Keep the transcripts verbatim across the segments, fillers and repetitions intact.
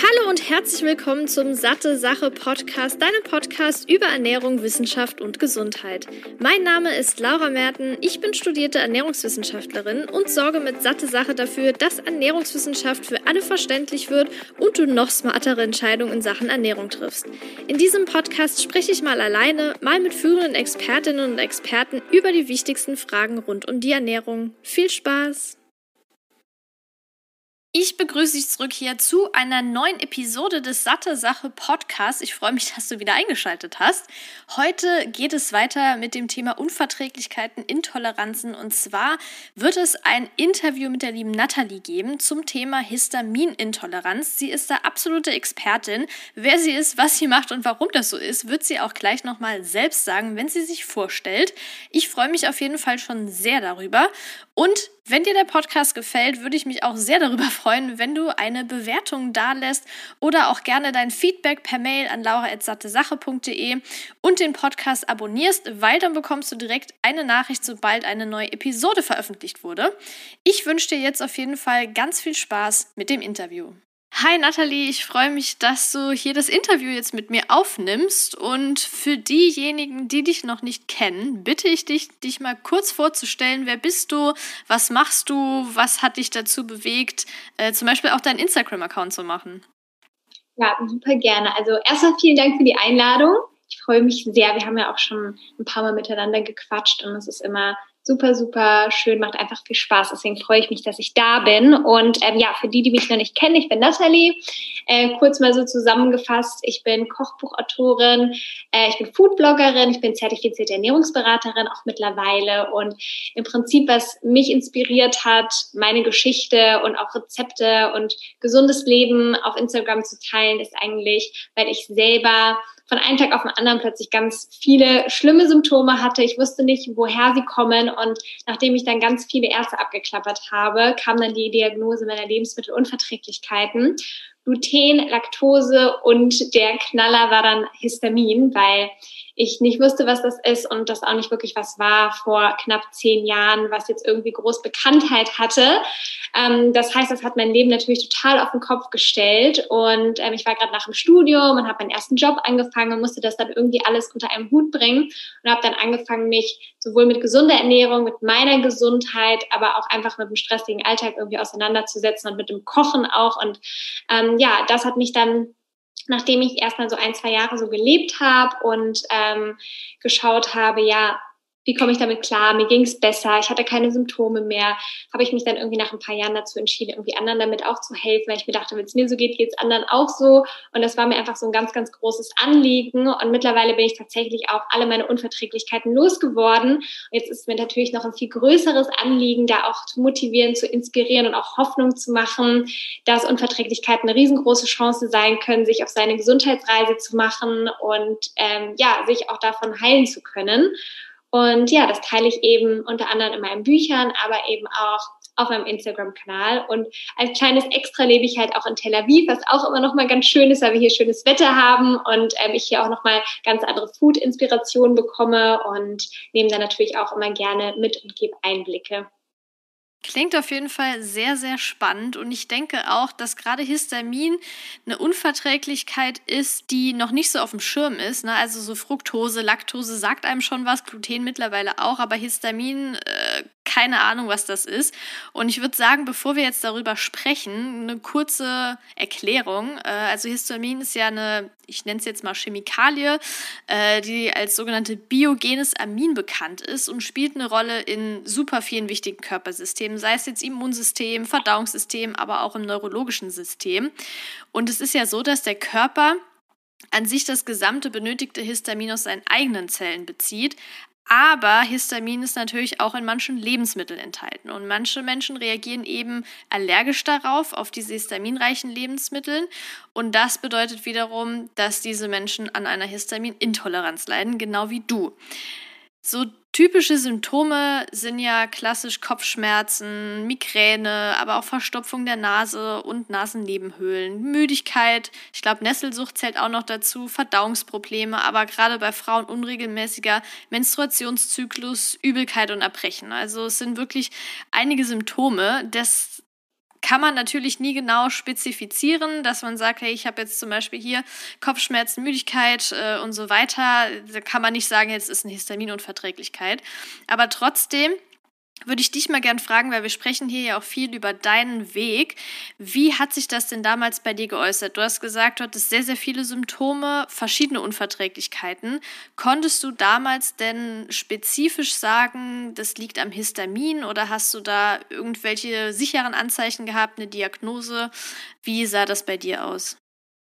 Hallo und herzlich willkommen zum Satte Sache Podcast, deinem Podcast über Ernährung, Wissenschaft und Gesundheit. Mein Name ist Laura Merten, ich bin studierte Ernährungswissenschaftlerin und sorge mit Satte Sache dafür, dass Ernährungswissenschaft für alle verständlich wird und du noch smartere Entscheidungen in Sachen Ernährung triffst. In diesem Podcast spreche ich mal alleine, mal mit führenden Expertinnen und Experten über die wichtigsten Fragen rund um die Ernährung. Viel Spaß! Ich begrüße dich zurück hier zu einer neuen Episode des Satte Sache Podcasts. Ich freue mich, dass du wieder eingeschaltet hast. Heute geht es weiter mit dem Thema Unverträglichkeiten, Intoleranzen. Und zwar wird es ein Interview mit der lieben Nathalie geben zum Thema Histaminintoleranz. Sie ist da absolute Expertin. Wer sie ist, was sie macht und warum das so ist, wird sie auch gleich nochmal selbst sagen, wenn sie sich vorstellt. Ich freue mich auf jeden Fall schon sehr darüber. Und wenn dir der Podcast gefällt, würde ich mich auch sehr darüber freuen, wenn du eine Bewertung dalässt oder auch gerne dein Feedback per Mail an laura at sattesache punkt de und den Podcast abonnierst, weil dann bekommst du direkt eine Nachricht, sobald eine neue Episode veröffentlicht wurde. Ich wünsche dir jetzt auf jeden Fall ganz viel Spaß mit dem Interview. Hi Nathalie, ich freue mich, dass du hier das Interview jetzt mit mir aufnimmst und für diejenigen, die dich noch nicht kennen, bitte ich dich, dich mal kurz vorzustellen. Wer bist du, was machst du, was hat dich dazu bewegt, äh, zum Beispiel auch deinen Instagram-Account zu machen? Ja, super gerne. Also erstmal vielen Dank für die Einladung. Ich freue mich sehr. Wir haben ja auch schon ein paar Mal miteinander gequatscht und es ist immer super, super schön, macht einfach viel Spaß. Deswegen freue ich mich, dass ich da bin. Und ähm, ja, für die, die mich noch nicht kennen, ich bin Nathalie. Äh, kurz mal so zusammengefasst, ich bin Kochbuchautorin, äh, ich bin Foodbloggerin, ich bin zertifizierte Ernährungsberaterin auch mittlerweile. Und im Prinzip, was mich inspiriert hat, meine Geschichte und auch Rezepte und gesundes Leben auf Instagram zu teilen, ist eigentlich, weil ich selber von einem Tag auf den anderen plötzlich ganz viele schlimme Symptome hatte. Ich wusste nicht, woher sie kommen. Und nachdem ich dann ganz viele Ärzte abgeklappert habe, kam dann die Diagnose meiner Lebensmittelunverträglichkeiten. Gluten, Laktose und der Knaller war dann Histamin, weil ich nicht wusste, was das ist und das auch nicht wirklich was war vor knapp zehn Jahren, was jetzt irgendwie groß Bekanntheit hatte. Ähm, das heißt, das hat mein Leben natürlich total auf den Kopf gestellt und ähm, ich war gerade nach dem Studium und habe meinen ersten Job angefangen und musste das dann irgendwie alles unter einem Hut bringen und habe dann angefangen, mich sowohl mit gesunder Ernährung, mit meiner Gesundheit, aber auch einfach mit dem stressigen Alltag irgendwie auseinanderzusetzen und mit dem Kochen auch. Und ähm, ja, das hat mich dann, nachdem ich erstmal so ein, zwei Jahre so gelebt habe und ähm, geschaut habe, ja, wie komme ich damit klar? Mir ging es besser, ich hatte keine Symptome mehr, habe ich mich dann irgendwie nach ein paar Jahren dazu entschieden, irgendwie anderen damit auch zu helfen, weil ich mir dachte, wenn es mir so geht, geht es anderen auch so. Und das war mir einfach so ein ganz, ganz großes Anliegen. Und mittlerweile bin ich tatsächlich auch alle meine Unverträglichkeiten losgeworden. Und jetzt ist mir natürlich noch ein viel größeres Anliegen, da auch zu motivieren, zu inspirieren und auch Hoffnung zu machen, dass Unverträglichkeiten eine riesengroße Chance sein können, sich auf seine Gesundheitsreise zu machen und ähm, ja, sich auch davon heilen zu können. Und ja, das teile ich eben unter anderem in meinen Büchern, aber eben auch auf meinem Instagram-Kanal. Und als kleines Extra lebe ich halt auch in Tel Aviv, was auch immer noch mal ganz schön ist, weil wir hier schönes Wetter haben und ähm, ich hier auch noch mal ganz andere Food-Inspirationen bekomme und nehme dann natürlich auch immer gerne mit und gebe Einblicke. Klingt auf jeden Fall sehr, sehr spannend und ich denke auch, dass gerade Histamin eine Unverträglichkeit ist, die noch nicht so auf dem Schirm ist. Ne? Also so Fructose, Laktose sagt einem schon was, Gluten mittlerweile auch, aber Histamin, äh, keine Ahnung, was das ist. Und ich würde sagen, bevor wir jetzt darüber sprechen, eine kurze Erklärung. Äh, also Histamin ist ja eine, ich nenne es jetzt mal Chemikalie, äh, die als sogenannte biogenes Amin bekannt ist und spielt eine Rolle in super vielen wichtigen Körpersystemen, sei es jetzt Immunsystem, Verdauungssystem, aber auch im neurologischen System. Und es ist ja so, dass der Körper an sich das gesamte benötigte Histamin aus seinen eigenen Zellen bezieht. Aber Histamin ist natürlich auch in manchen Lebensmitteln enthalten. Und manche Menschen reagieren eben allergisch darauf, auf diese histaminreichen Lebensmittel. Und das bedeutet wiederum, dass diese Menschen an einer Histaminintoleranz leiden, genau wie du. So typische Symptome sind ja klassisch Kopfschmerzen, Migräne, aber auch Verstopfung der Nase und Nasennebenhöhlen, Müdigkeit, ich glaube Nesselsucht zählt auch noch dazu, Verdauungsprobleme, aber gerade bei Frauen unregelmäßiger Menstruationszyklus, Übelkeit und Erbrechen. Also es sind wirklich einige Symptome. Das kann man natürlich nie genau spezifizieren, dass man sagt, hey, ich habe jetzt zum Beispiel hier Kopfschmerzen, Müdigkeit äh, und so weiter. Da kann man nicht sagen, jetzt ist eine Histaminunverträglichkeit. Aber trotzdem würde ich dich mal gern fragen, weil wir sprechen hier ja auch viel über deinen Weg. Wie hat sich das denn damals bei dir geäußert? Du hast gesagt, du hattest sehr, sehr viele Symptome, verschiedene Unverträglichkeiten. Konntest du damals denn spezifisch sagen, das liegt am Histamin, oder hast du da irgendwelche sicheren Anzeichen gehabt, eine Diagnose? Wie sah das bei dir aus?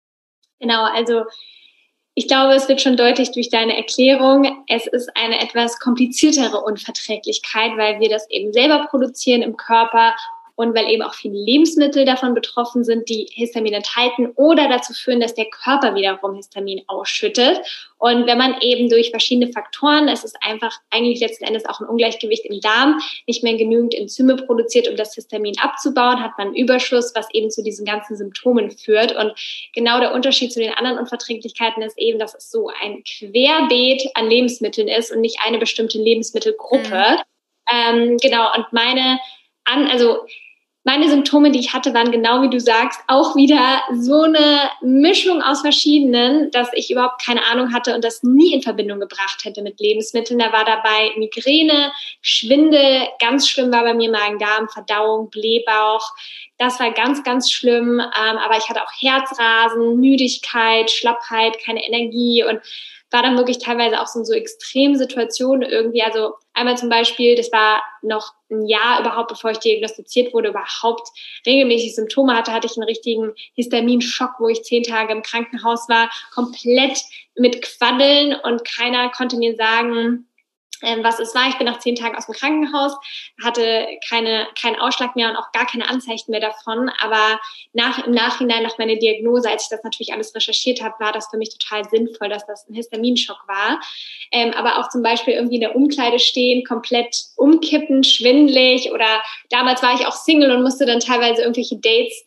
Genau, also ich glaube, es wird schon deutlich durch deine Erklärung. Es ist eine etwas kompliziertere Unverträglichkeit, weil wir das eben selber produzieren im Körper und weil eben auch viele Lebensmittel davon betroffen sind, die Histamin enthalten oder dazu führen, dass der Körper wiederum Histamin ausschüttet. Und wenn man eben durch verschiedene Faktoren, es ist einfach eigentlich letzten Endes auch ein Ungleichgewicht im Darm, nicht mehr genügend Enzyme produziert, um das Histamin abzubauen, hat man einen Überschuss, was eben zu diesen ganzen Symptomen führt. Und genau der Unterschied zu den anderen Unverträglichkeiten ist eben, dass es so ein Querbeet an Lebensmitteln ist und nicht eine bestimmte Lebensmittelgruppe. Mhm. Ähm, genau, und meine, an, also meine Symptome, die ich hatte, waren genau wie du sagst, auch wieder so eine Mischung aus verschiedenen, dass ich überhaupt keine Ahnung hatte und das nie in Verbindung gebracht hätte mit Lebensmitteln. Da war dabei Migräne, Schwindel, ganz schlimm war bei mir Magen-Darm, Verdauung, Blähbauch. Das war ganz, ganz schlimm. Ähm, aber ich hatte auch Herzrasen, Müdigkeit, Schlappheit, keine Energie und war dann wirklich teilweise auch so in so extremen Situationen irgendwie. Also einmal zum Beispiel, das war noch ein Jahr überhaupt, bevor ich diagnostiziert wurde, überhaupt regelmäßig Symptome hatte, hatte ich einen richtigen Histaminschock, wo ich zehn Tage im Krankenhaus war, komplett mit Quaddeln und keiner konnte mir sagen, ähm, was es war. Ich bin nach zehn Tagen aus dem Krankenhaus, hatte keine, keinen Ausschlag mehr und auch gar keine Anzeichen mehr davon. Aber nach, im Nachhinein, nach meiner Diagnose, als ich das natürlich alles recherchiert habe, war das für mich total sinnvoll, dass das ein Histaminschock war. Ähm, aber auch zum Beispiel irgendwie in der Umkleide stehen, komplett umkippen, schwindelig, oder damals war ich auch Single und musste dann teilweise irgendwelche Dates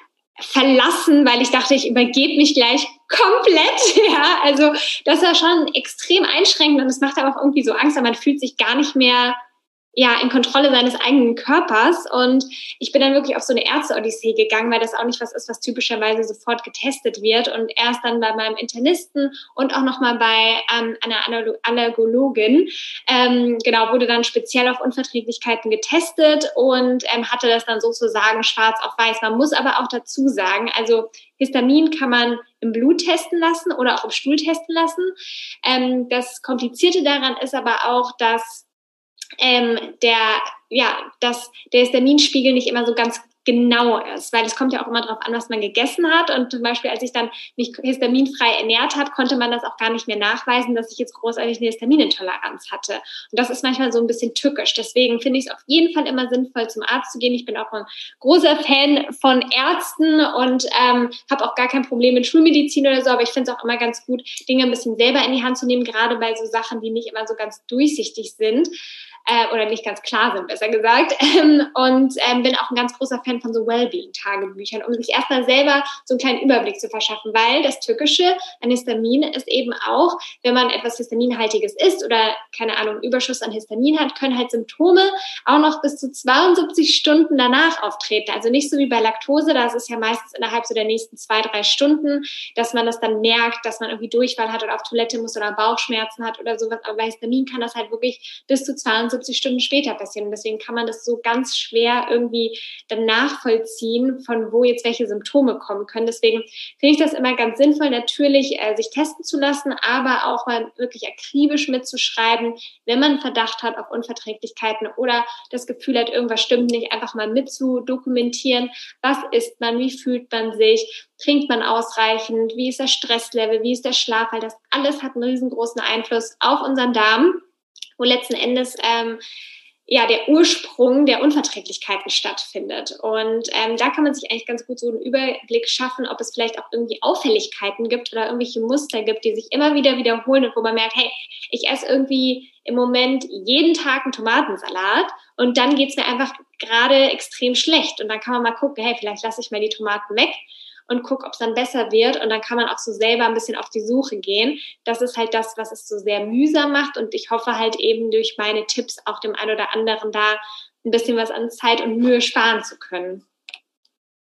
verlassen, weil ich dachte, ich übergebe mich gleich komplett, ja, also das war schon extrem einschränkend und es macht aber auch irgendwie so Angst, weil man fühlt sich gar nicht mehr ja in Kontrolle seines eigenen Körpers und ich bin dann wirklich auf so eine Ärzte-Odyssee gegangen, weil das auch nicht was ist, was typischerweise sofort getestet wird und erst dann bei meinem Internisten und auch nochmal bei ähm, einer Allergologin, ähm, genau, wurde dann speziell auf Unverträglichkeiten getestet und ähm, hatte das dann sozusagen schwarz auf weiß. Man muss aber auch dazu sagen, also Histamin kann man im Blut testen lassen oder auch im Stuhl testen lassen. Ähm, das Komplizierte daran ist aber auch, dass ähm, der, ja, dass der Histaminspiegel nicht immer so ganz genau ist, weil es kommt ja auch immer darauf an, was man gegessen hat und zum Beispiel, als ich dann mich histaminfrei ernährt habe, konnte man das auch gar nicht mehr nachweisen, dass ich jetzt großartig eine Histaminintoleranz hatte und das ist manchmal so ein bisschen tückisch, deswegen finde ich es auf jeden Fall immer sinnvoll, zum Arzt zu gehen. Ich bin auch ein großer Fan von Ärzten und ähm, habe auch gar kein Problem mit Schulmedizin oder so, aber ich finde es auch immer ganz gut, Dinge ein bisschen selber in die Hand zu nehmen, gerade bei so Sachen, die nicht immer so ganz durchsichtig sind. Äh, oder nicht ganz klar sind, besser gesagt. Ähm, und ähm, bin auch ein ganz großer Fan von so Wellbeing-Tagebüchern, um sich erstmal selber so einen kleinen Überblick zu verschaffen, weil das Tückische an Histamin ist eben auch, wenn man etwas Histaminhaltiges isst oder, keine Ahnung, Überschuss an Histamin hat, können halt Symptome auch noch bis zu zweiundsiebzig Stunden danach auftreten. Also nicht so wie bei Laktose, da ist es ja meistens innerhalb so der nächsten zwei, drei Stunden, dass man das dann merkt, dass man irgendwie Durchfall hat oder auf Toilette muss oder Bauchschmerzen hat oder sowas. Aber bei Histamin kann das halt wirklich bis zu zweiundsiebzig Stunden später passieren. Und deswegen kann man das so ganz schwer irgendwie dann nachvollziehen, von wo jetzt welche Symptome kommen können. Deswegen finde ich das immer ganz sinnvoll, natürlich äh, sich testen zu lassen, aber auch mal wirklich akribisch mitzuschreiben, wenn man Verdacht hat auf Unverträglichkeiten oder das Gefühl hat, irgendwas stimmt nicht, einfach mal mitzudokumentieren. Was isst man? Wie fühlt man sich? Trinkt man ausreichend? Wie ist das Stresslevel? Wie ist der Schlaf? Weil das alles hat einen riesengroßen Einfluss auf unseren Darm, wo letzten Endes ähm, ja der Ursprung der Unverträglichkeiten stattfindet. Und ähm, da kann man sich eigentlich ganz gut so einen Überblick schaffen, ob es vielleicht auch irgendwie Auffälligkeiten gibt oder irgendwelche Muster gibt, die sich immer wieder wiederholen und wo man merkt, hey, ich esse irgendwie im Moment jeden Tag einen Tomatensalat und dann geht es mir einfach gerade extrem schlecht. Und dann kann man mal gucken, hey, vielleicht lasse ich mal die Tomaten weg und guck, ob es dann besser wird. Und dann kann man auch so selber ein bisschen auf die Suche gehen. Das ist halt das, was es so sehr mühsam macht. Und ich hoffe halt eben durch meine Tipps auch dem einen oder anderen da ein bisschen was an Zeit und Mühe sparen zu können.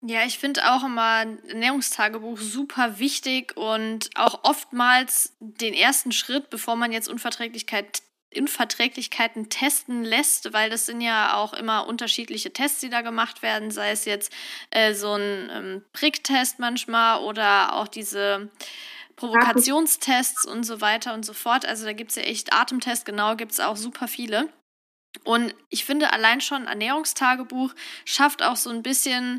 Ja, ich finde auch immer ein Ernährungstagebuch super wichtig und auch oftmals den ersten Schritt, bevor man jetzt Unverträglichkeit, Unverträglichkeiten testen lässt, weil das sind ja auch immer unterschiedliche Tests, die da gemacht werden, sei es jetzt äh, so ein ähm, Pricktest manchmal oder auch diese Provokationstests und so weiter und so fort. Also da gibt es ja echt Atemtests, genau, gibt es auch super viele. Und ich finde, allein schon ein Ernährungstagebuch schafft auch so ein bisschen,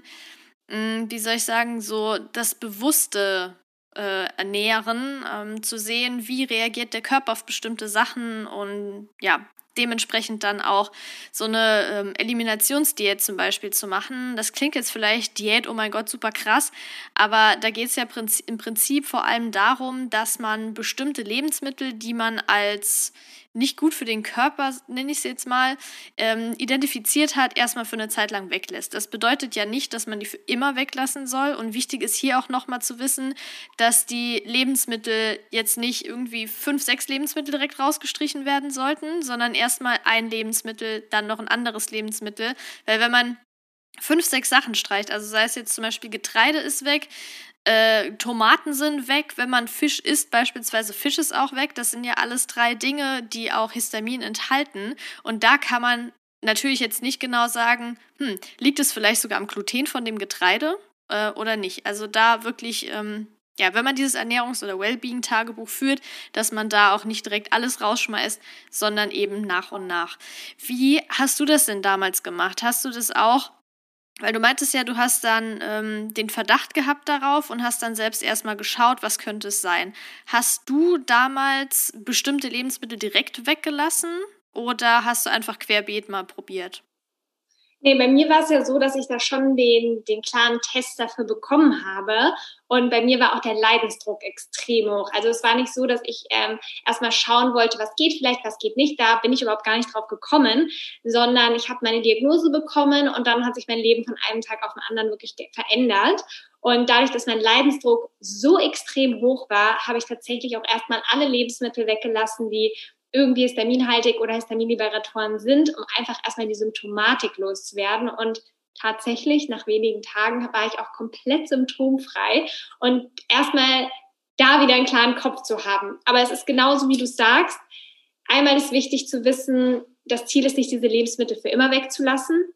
mh, wie soll ich sagen, so das bewusste äh, Ernähren, ähm, zu sehen, wie reagiert der Körper auf bestimmte Sachen und ja, dementsprechend dann auch so eine ähm, Eliminationsdiät zum Beispiel zu machen. Das klingt jetzt vielleicht Diät, oh mein Gott, super krass, aber da geht es ja prinz- im Prinzip vor allem darum, dass man bestimmte Lebensmittel, die man als nicht gut für den Körper, nenne ich es jetzt mal, ähm, identifiziert hat, erstmal für eine Zeit lang weglässt. Das bedeutet ja nicht, dass man die für immer weglassen soll. Und wichtig ist hier auch nochmal zu wissen, dass die Lebensmittel jetzt nicht irgendwie fünf, sechs Lebensmittel direkt rausgestrichen werden sollten, sondern erstmal ein Lebensmittel, dann noch ein anderes Lebensmittel. Weil wenn man fünf, sechs Sachen streicht, also sei es jetzt zum Beispiel Getreide ist weg, äh, Tomaten sind weg, wenn man Fisch isst, beispielsweise Fisch ist auch weg. Das sind ja alles drei Dinge, die auch Histamin enthalten. Und da kann man natürlich jetzt nicht genau sagen, hm, liegt es vielleicht sogar am Gluten von dem Getreide äh, oder nicht. Also da wirklich, ähm, ja, wenn man dieses Ernährungs- oder Wellbeing-Tagebuch führt, dass man da auch nicht direkt alles rausschmeißt, sondern eben nach und nach. Wie hast du das denn damals gemacht? Hast du das auch? Weil du meintest ja, du hast dann ähm, den Verdacht gehabt darauf und hast dann selbst erstmal geschaut, was könnte es sein. Hast du damals bestimmte Lebensmittel direkt weggelassen oder hast du einfach querbeet mal probiert? Nee, bei mir war es ja so, dass ich da schon den, den klaren Test dafür bekommen habe. Und bei mir war auch der Leidensdruck extrem hoch. Also es war nicht so, dass ich ähm, erstmal schauen wollte, was geht vielleicht, was geht nicht. Da bin ich überhaupt gar nicht drauf gekommen, sondern ich habe meine Diagnose bekommen und dann hat sich mein Leben von einem Tag auf den anderen wirklich verändert. Und dadurch, dass mein Leidensdruck so extrem hoch war, habe ich tatsächlich auch erstmal alle Lebensmittel weggelassen, die irgendwie histaminhaltig oder Histaminliberatoren sind, um einfach erstmal die Symptomatik loszuwerden. Und tatsächlich, nach wenigen Tagen war ich auch komplett symptomfrei und erstmal da wieder einen klaren Kopf zu haben. Aber es ist genauso, wie du sagst. Einmal ist wichtig zu wissen, das Ziel ist nicht, diese Lebensmittel für immer wegzulassen.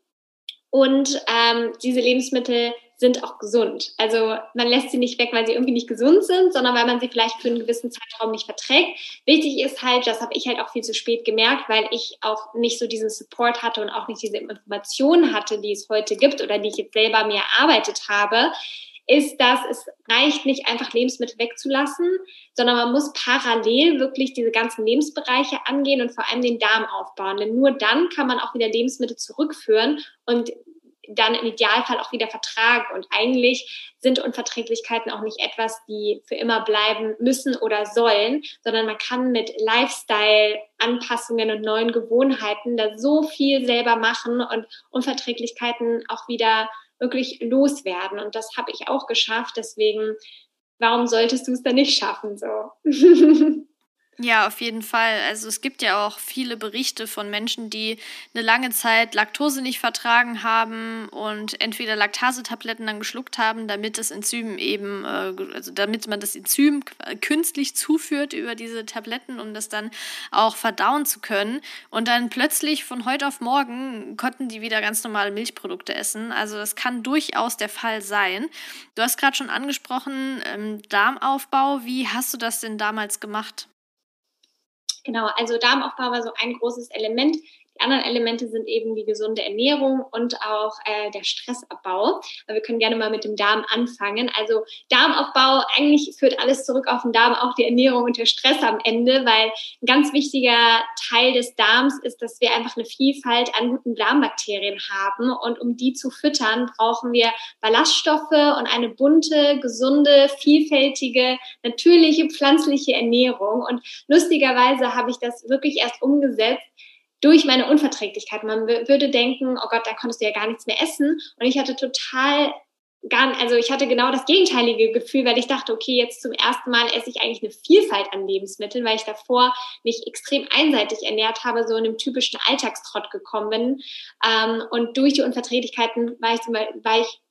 Und ähm, diese Lebensmittel sind auch gesund. Also man lässt sie nicht weg, weil sie irgendwie nicht gesund sind, sondern weil man sie vielleicht für einen gewissen Zeitraum nicht verträgt. Wichtig ist halt, das habe ich halt auch viel zu spät gemerkt, weil ich auch nicht so diesen Support hatte und auch nicht diese Informationen hatte, die es heute gibt oder die ich jetzt selber mir erarbeitet habe, ist, dass es reicht nicht einfach Lebensmittel wegzulassen, sondern man muss parallel wirklich diese ganzen Lebensbereiche angehen und vor allem den Darm aufbauen. Denn nur dann kann man auch wieder Lebensmittel zurückführen und dann im Idealfall auch wieder vertragen. Und eigentlich sind Unverträglichkeiten auch nicht etwas, die für immer bleiben müssen oder sollen, sondern man kann mit Lifestyle-Anpassungen und neuen Gewohnheiten da so viel selber machen und Unverträglichkeiten auch wieder wirklich loswerden. Und das habe ich auch geschafft. Deswegen, warum solltest du es dann nicht schaffen? So. Ja, auf jeden Fall. Also es gibt ja auch viele Berichte von Menschen, die eine lange Zeit Laktose nicht vertragen haben und entweder Laktasetabletten dann geschluckt haben, damit das Enzym eben, äh, also damit man das Enzym künstlich zuführt über diese Tabletten, um das dann auch verdauen zu können. Und dann plötzlich von heute auf morgen konnten die wieder ganz normale Milchprodukte essen. Also das kann durchaus der Fall sein. Du hast gerade schon angesprochen, ähm, Darmaufbau. Wie hast du das denn damals gemacht? Genau, also Darmaufbau war so ein großes Element. Die anderen Elemente sind eben die gesunde Ernährung und auch äh, der Stressabbau. Aber wir können gerne mal mit dem Darm anfangen. Also Darmaufbau, eigentlich führt alles zurück auf den Darm, auch die Ernährung und der Stress am Ende, weil ein ganz wichtiger Teil des Darms ist, dass wir einfach eine Vielfalt an guten Darmbakterien haben. Und um die zu füttern, brauchen wir Ballaststoffe und eine bunte, gesunde, vielfältige, natürliche, pflanzliche Ernährung. Und lustigerweise habe ich das wirklich erst umgesetzt durch meine Unverträglichkeit. Man würde denken, oh Gott, da konntest du ja gar nichts mehr essen. Und ich hatte total gar, also ich hatte genau das gegenteilige Gefühl, weil ich dachte, okay, jetzt zum ersten Mal esse ich eigentlich eine Vielfalt an Lebensmitteln, weil ich davor mich extrem einseitig ernährt habe, so in einem typischen Alltagstrott gekommen bin. Ähm, und durch die Unverträglichkeiten war ich, zum Beispiel, war ich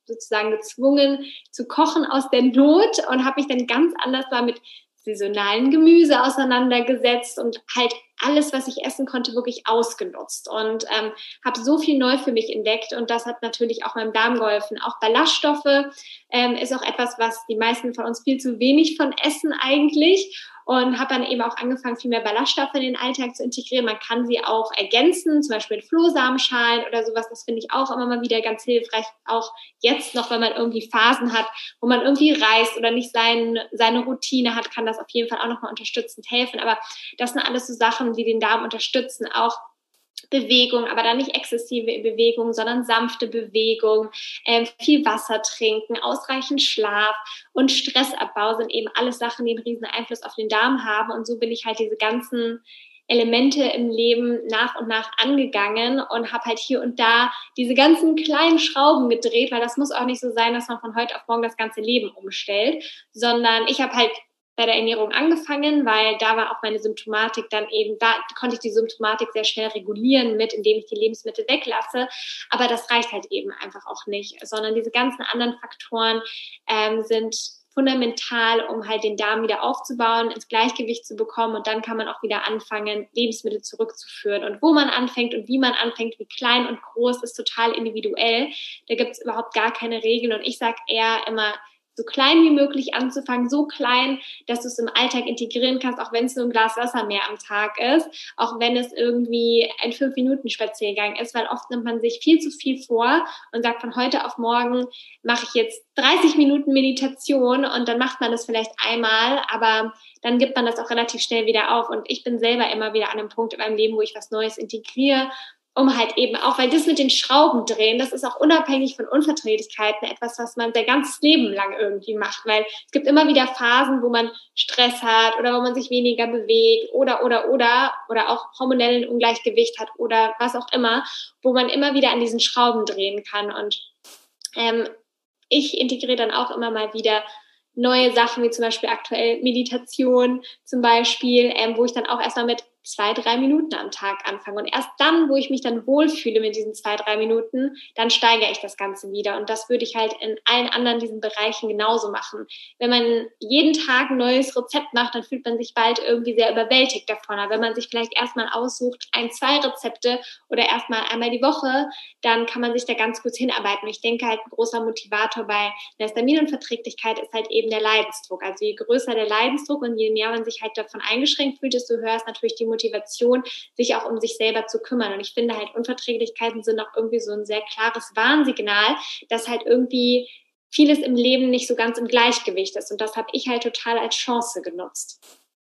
sozusagen gezwungen zu kochen aus der Not und habe mich dann ganz anders mal mit saisonalen Gemüse auseinandergesetzt und halt alles, was ich essen konnte, wirklich ausgenutzt und ähm, habe so viel neu für mich entdeckt und das hat natürlich auch meinem Darm geholfen. Auch Ballaststoffe ähm, ist auch etwas, was die meisten von uns viel zu wenig von essen eigentlich und habe dann eben auch angefangen, viel mehr Ballaststoffe in den Alltag zu integrieren. Man kann sie auch ergänzen, zum Beispiel mit Flohsamenschalen oder sowas. Das finde ich auch immer mal wieder ganz hilfreich, auch jetzt noch, wenn man irgendwie Phasen hat, wo man irgendwie reist oder nicht sein, seine Routine hat, kann das auf jeden Fall auch nochmal unterstützend helfen. Aber das sind alles so Sachen, die den Darm unterstützen, auch Bewegung, aber dann nicht exzessive Bewegung, sondern sanfte Bewegung, äh, viel Wasser trinken, ausreichend Schlaf und Stressabbau sind eben alles Sachen, die einen riesen Einfluss auf den Darm haben und so bin ich halt diese ganzen Elemente im Leben nach und nach angegangen und habe halt hier und da diese ganzen kleinen Schrauben gedreht, weil das muss auch nicht so sein, dass man von heute auf morgen das ganze Leben umstellt, sondern ich habe halt bei der Ernährung angefangen, weil da war auch meine Symptomatik dann eben, da konnte ich die Symptomatik sehr schnell regulieren mit, indem ich die Lebensmittel weglasse. Aber das reicht halt eben einfach auch nicht, sondern diese ganzen anderen Faktoren ähm, sind fundamental, um halt den Darm wieder aufzubauen, ins Gleichgewicht zu bekommen und dann kann man auch wieder anfangen, Lebensmittel zurückzuführen. Und wo man anfängt und wie man anfängt, wie klein und groß, ist total individuell. Da gibt es überhaupt gar keine Regeln und ich sage eher immer, so klein wie möglich anzufangen, so klein, dass du es im Alltag integrieren kannst, auch wenn es nur ein Glas Wasser mehr am Tag ist, auch wenn es irgendwie ein fünf-Minuten-Spaziergang ist, weil oft nimmt man sich viel zu viel vor und sagt, von heute auf morgen mache ich jetzt dreißig Minuten Meditation und dann macht man das vielleicht einmal, aber dann gibt man das auch relativ schnell wieder auf und ich bin selber immer wieder an einem Punkt in meinem Leben, wo ich was Neues integriere, um halt eben auch, weil das mit den Schrauben drehen, das ist auch unabhängig von Unverträglichkeiten etwas, was man sein ganzes Leben lang irgendwie macht, weil es gibt immer wieder Phasen, wo man Stress hat oder wo man sich weniger bewegt oder, oder, oder, oder auch hormonellen Ungleichgewicht hat oder was auch immer, wo man immer wieder an diesen Schrauben drehen kann und ähm, ich integriere dann auch immer mal wieder neue Sachen, wie zum Beispiel aktuell Meditation zum Beispiel, ähm, wo ich dann auch erstmal mit zwei, drei Minuten am Tag anfange. Und erst dann, wo ich mich dann wohlfühle mit diesen zwei, drei Minuten, dann steigere ich das Ganze wieder. Und das würde ich halt in allen anderen diesen Bereichen genauso machen. Wenn man jeden Tag ein neues Rezept macht, dann fühlt man sich bald irgendwie sehr überwältigt davon. Aber wenn man sich vielleicht erstmal aussucht, ein, zwei Rezepte oder erstmal einmal die Woche, dann kann man sich da ganz gut hinarbeiten. Und ich denke halt, ein großer Motivator bei einer Histaminunverträglichkeit ist halt eben der Leidensdruck. Also je größer der Leidensdruck und je mehr man sich halt davon eingeschränkt fühlt, desto höher ist natürlich die Motivation, sich auch um sich selber zu kümmern. Und ich finde halt, Unverträglichkeiten sind auch irgendwie so ein sehr klares Warnsignal, dass halt irgendwie vieles im Leben nicht so ganz im Gleichgewicht ist. Und das habe ich halt total als Chance genutzt.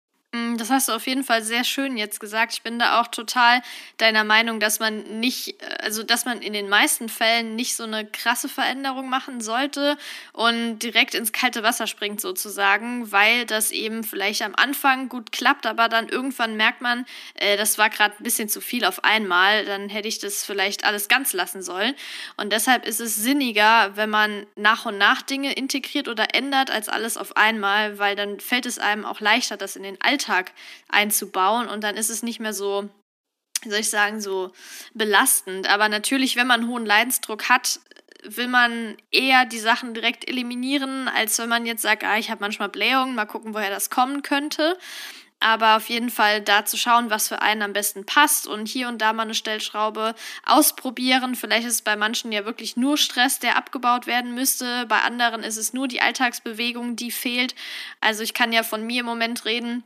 Das hast du auf jeden Fall sehr schön jetzt gesagt. Ich bin da auch total deiner Meinung, dass man nicht, also dass man in den meisten Fällen nicht so eine krasse Veränderung machen sollte und direkt ins kalte Wasser springt sozusagen, weil das eben vielleicht am Anfang gut klappt, aber dann irgendwann merkt man, äh, das war gerade ein bisschen zu viel auf einmal, dann hätte ich das vielleicht alles ganz lassen sollen. Und deshalb ist es sinniger, wenn man nach und nach Dinge integriert oder ändert, als alles auf einmal, weil dann fällt es einem auch leichter, das in den Alltag einzubauen und dann ist es nicht mehr so, wie soll ich sagen, so belastend. Aber natürlich, wenn man einen hohen Leidensdruck hat, will man eher die Sachen direkt eliminieren, als wenn man jetzt sagt, ah, ich habe manchmal Blähungen, mal gucken, woher das kommen könnte. Aber auf jeden Fall da zu schauen, was für einen am besten passt und hier und da mal eine Stellschraube ausprobieren. Vielleicht ist es bei manchen ja wirklich nur Stress, der abgebaut werden müsste. Bei anderen ist es nur die Alltagsbewegung, die fehlt. Also ich kann ja von mir im Moment reden.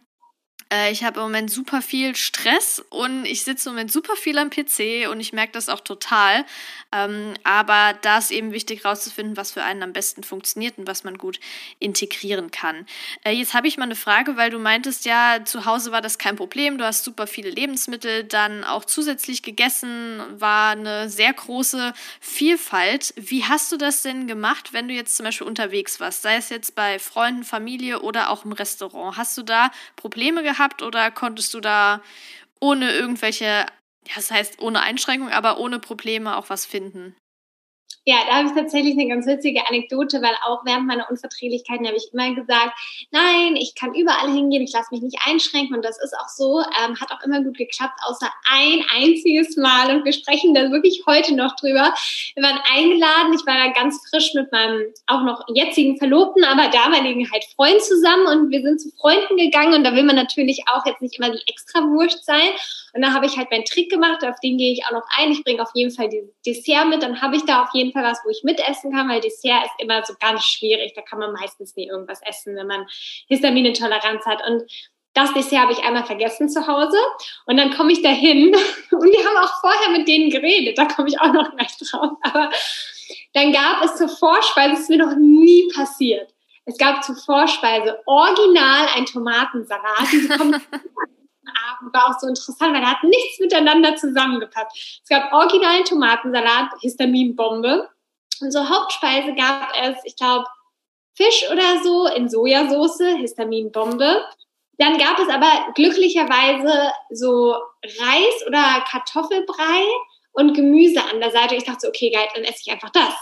Ich habe im Moment super viel Stress und ich sitze im Moment super viel am P C und ich merke das auch total. Ähm, aber da ist eben wichtig rauszufinden, was für einen am besten funktioniert und was man gut integrieren kann. Äh, jetzt habe ich mal eine Frage, weil du meintest ja, zu Hause war das kein Problem, du hast super viele Lebensmittel dann auch zusätzlich gegessen, war eine sehr große Vielfalt. Wie hast du das denn gemacht, wenn du jetzt zum Beispiel unterwegs warst, sei es jetzt bei Freunden, Familie oder auch im Restaurant? Hast du da Probleme gehabt? Oder konntest du da ohne irgendwelche, ja, das heißt ohne Einschränkung, aber ohne Probleme auch was finden? Ja, da habe ich tatsächlich eine ganz witzige Anekdote, weil auch während meiner Unverträglichkeiten habe ich immer gesagt, nein, ich kann überall hingehen, ich lasse mich nicht einschränken und das ist auch so, ähm, hat auch immer gut geklappt, außer ein einziges Mal und wir sprechen da wirklich heute noch drüber. Wir waren eingeladen, ich war da ganz frisch mit meinem auch noch jetzigen Verlobten, aber damaligen halt Freund zusammen und wir sind zu Freunden gegangen und da will man natürlich auch jetzt nicht immer die Extrawurst sein und da habe ich halt meinen Trick gemacht, auf den gehe ich auch noch ein, ich bringe auf jeden Fall die Dessert mit, dann habe ich da auf jeden Fall was, wo ich mitessen kann, weil Dessert ist immer so ganz schwierig. Da kann man meistens nie irgendwas essen, wenn man Histaminintoleranz hat. Und das Dessert habe ich einmal vergessen zu Hause. Und dann komme ich da hin und wir haben auch vorher mit denen geredet. Da komme ich auch noch gleich drauf. Aber dann gab es zur Vorspeise, das ist mir noch nie passiert. Es gab zur Vorspeise original ein Tomatensalat. Diese kommt Abend war auch so interessant, weil da hat nichts miteinander zusammengepasst. Es gab originalen Tomatensalat, Histaminbombe. Und zur Hauptspeise gab es, ich glaube, Fisch oder so in Sojasauce, Histaminbombe. Dann gab es aber glücklicherweise so Reis oder Kartoffelbrei und Gemüse an der Seite. Ich dachte so, okay, geil, dann esse ich einfach das.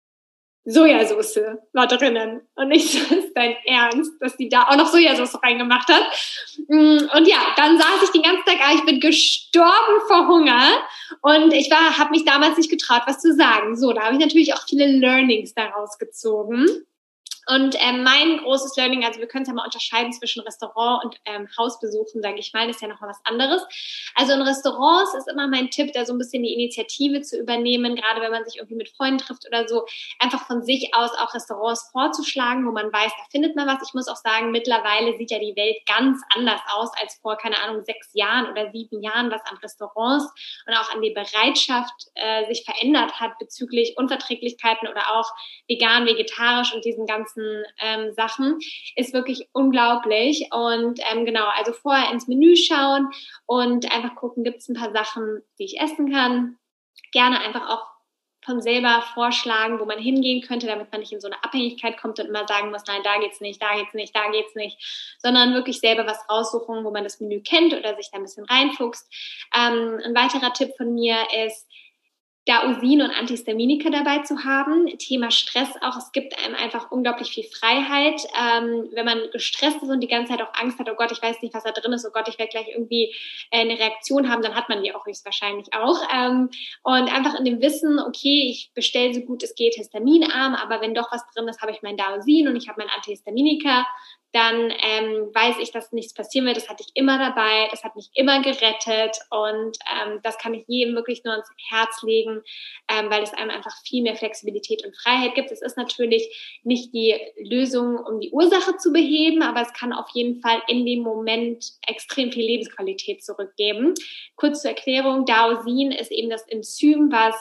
Sojasauce war drinnen. Und nicht so ist dein Ernst, dass die da auch noch Sojasauce reingemacht hat. Und ja, dann saß ich den ganzen Tag, ich bin gestorben vor Hunger und ich war, habe mich damals nicht getraut, was zu sagen. So, da habe ich natürlich auch viele Learnings daraus gezogen. Und ähm, mein großes Learning, also wir können es ja mal unterscheiden zwischen Restaurant und ähm, Hausbesuchen, sage ich mal, das ist ja nochmal was anderes. Also in Restaurants ist immer mein Tipp, da so ein bisschen die Initiative zu übernehmen, gerade wenn man sich irgendwie mit Freunden trifft oder so, einfach von sich aus auch Restaurants vorzuschlagen, wo man weiß, da findet man was. Ich muss auch sagen, mittlerweile sieht ja die Welt ganz anders aus als vor, keine Ahnung, sechs Jahren oder sieben Jahren, was an Restaurants und auch an die Bereitschaft äh, sich verändert hat bezüglich Unverträglichkeiten oder auch vegan, vegetarisch und diesen ganzen Ähm, Sachen, ist wirklich unglaublich. Und ähm, genau, also vorher ins Menü schauen und einfach gucken, gibt es ein paar Sachen, die ich essen kann. Gerne einfach auch von selber vorschlagen, wo man hingehen könnte, damit man nicht in so eine Abhängigkeit kommt und immer sagen muss, nein, da geht's nicht, da geht's nicht, da geht's nicht, sondern wirklich selber was raussuchen, wo man das Menü kennt oder sich da ein bisschen reinfuchst. Ähm, ein weiterer Tipp von mir ist, Dausin und Antihistaminika dabei zu haben. Thema Stress auch. Es gibt einem einfach unglaublich viel Freiheit. Ähm, wenn man gestresst ist und die ganze Zeit auch Angst hat, oh Gott, ich weiß nicht, was da drin ist, oh Gott, ich werde gleich irgendwie äh, eine Reaktion haben, dann hat man die auch höchstwahrscheinlich auch. Ähm, und einfach in dem Wissen, okay, ich bestelle so gut es geht histaminarm, aber wenn doch was drin ist, habe ich mein Dausin und ich habe mein Antihistaminika, dann ähm, weiß ich, dass nichts passieren wird. Das hatte ich immer dabei, das hat mich immer gerettet und ähm, das kann ich jedem wirklich nur ans Herz legen, ähm, weil es einem einfach viel mehr Flexibilität und Freiheit gibt. Es ist natürlich nicht die Lösung, um die Ursache zu beheben, aber es kann auf jeden Fall in dem Moment extrem viel Lebensqualität zurückgeben. Kurz zur Erklärung, Dausin ist eben das Enzym, was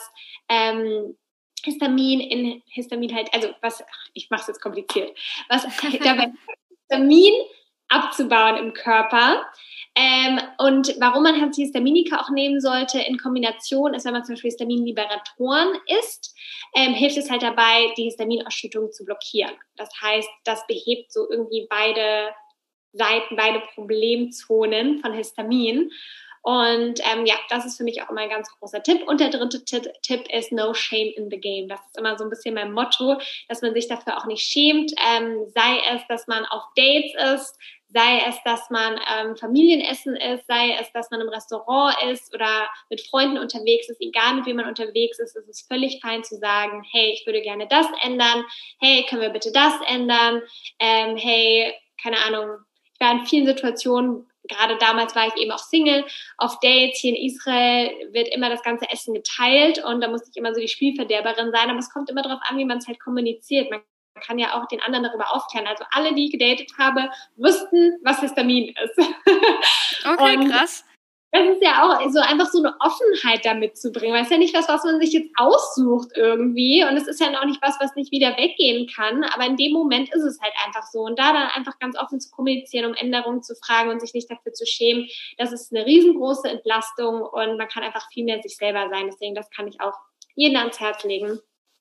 ähm, Histamin in Histamin halt, also was, ich mache es jetzt kompliziert, was dabei Histamin abzubauen im Körper. Ähm, und warum man Antihistaminika auch nehmen sollte in Kombination ist, wenn man zum Beispiel Histaminliberatoren isst, ähm, hilft es halt dabei, die Histaminausschüttung zu blockieren. Das heißt, das behebt so irgendwie beide Seiten, beide Problemzonen von Histamin. Und ähm, ja, das ist für mich auch immer ein ganz großer Tipp. Und der dritte Tipp, Tipp ist No Shame in the Game. Das ist immer so ein bisschen mein Motto, dass man sich dafür auch nicht schämt. Ähm, sei es, dass man auf Dates ist, sei es, dass man ähm, Familienessen ist, sei es, dass man im Restaurant ist oder mit Freunden unterwegs ist, egal mit wem man unterwegs ist, ist es völlig fein zu sagen, hey, ich würde gerne das ändern, hey, können wir bitte das ändern, ähm, hey, keine Ahnung, ich war in vielen Situationen, gerade damals war ich eben auch Single, auf Dates hier in Israel wird immer das ganze Essen geteilt und da musste ich immer so die Spielverderberin sein, aber es kommt immer darauf an, wie man es halt kommuniziert. Man kann ja auch den anderen darüber aufklären. Also alle, die ich gedatet habe, wussten, was Histamin ist. Okay, und krass. Das ist ja auch so einfach so eine Offenheit da mitzubringen, weil es ist ja nicht was, was man sich jetzt aussucht irgendwie und es ist ja auch nicht was, was nicht wieder weggehen kann, aber in dem Moment ist es halt einfach so und da dann einfach ganz offen zu kommunizieren, um Änderungen zu fragen und sich nicht dafür zu schämen, das ist eine riesengroße Entlastung und man kann einfach viel mehr sich selber sein, deswegen das kann ich auch jedem ans Herz legen.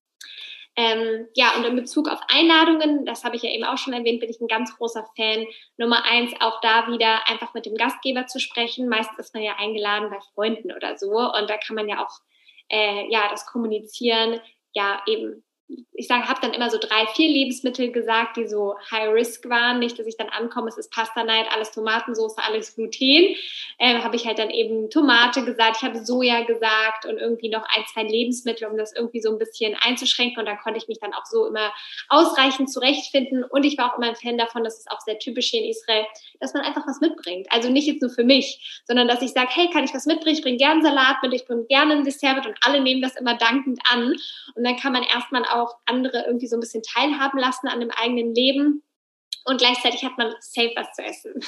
Ähm, ja, und in Bezug auf Einladungen, das habe ich ja eben auch schon erwähnt, bin ich ein ganz großer Fan. Nummer eins, auch da wieder einfach mit dem Gastgeber zu sprechen. Meistens ist man ja eingeladen bei Freunden oder so und da kann man ja auch äh, ja das kommunizieren. ja eben, ich sage, habe dann immer so drei, vier Lebensmittel gesagt, die so High Risk waren. Nicht, dass ich dann ankomme, es ist Pasta Night, alles Tomatensauce, alles Gluten. Ähm, habe ich halt dann eben Tomate gesagt, ich habe Soja gesagt und irgendwie noch ein, zwei Lebensmittel, um das irgendwie so ein bisschen einzuschränken. Und da konnte ich mich dann auch so immer ausreichend zurechtfinden. Und ich war auch immer ein Fan davon, das ist auch sehr typisch hier in Israel, dass man einfach was mitbringt. Also nicht jetzt nur für mich, sondern dass ich sage, hey, kann ich was mitbringen? Ich bringe gerne Salat mit, ich bringe gerne ein Dessert mit und alle nehmen das immer dankend an. Und dann kann man erstmal auch auch andere irgendwie so ein bisschen teilhaben lassen an dem eigenen Leben und gleichzeitig hat man safe was zu essen.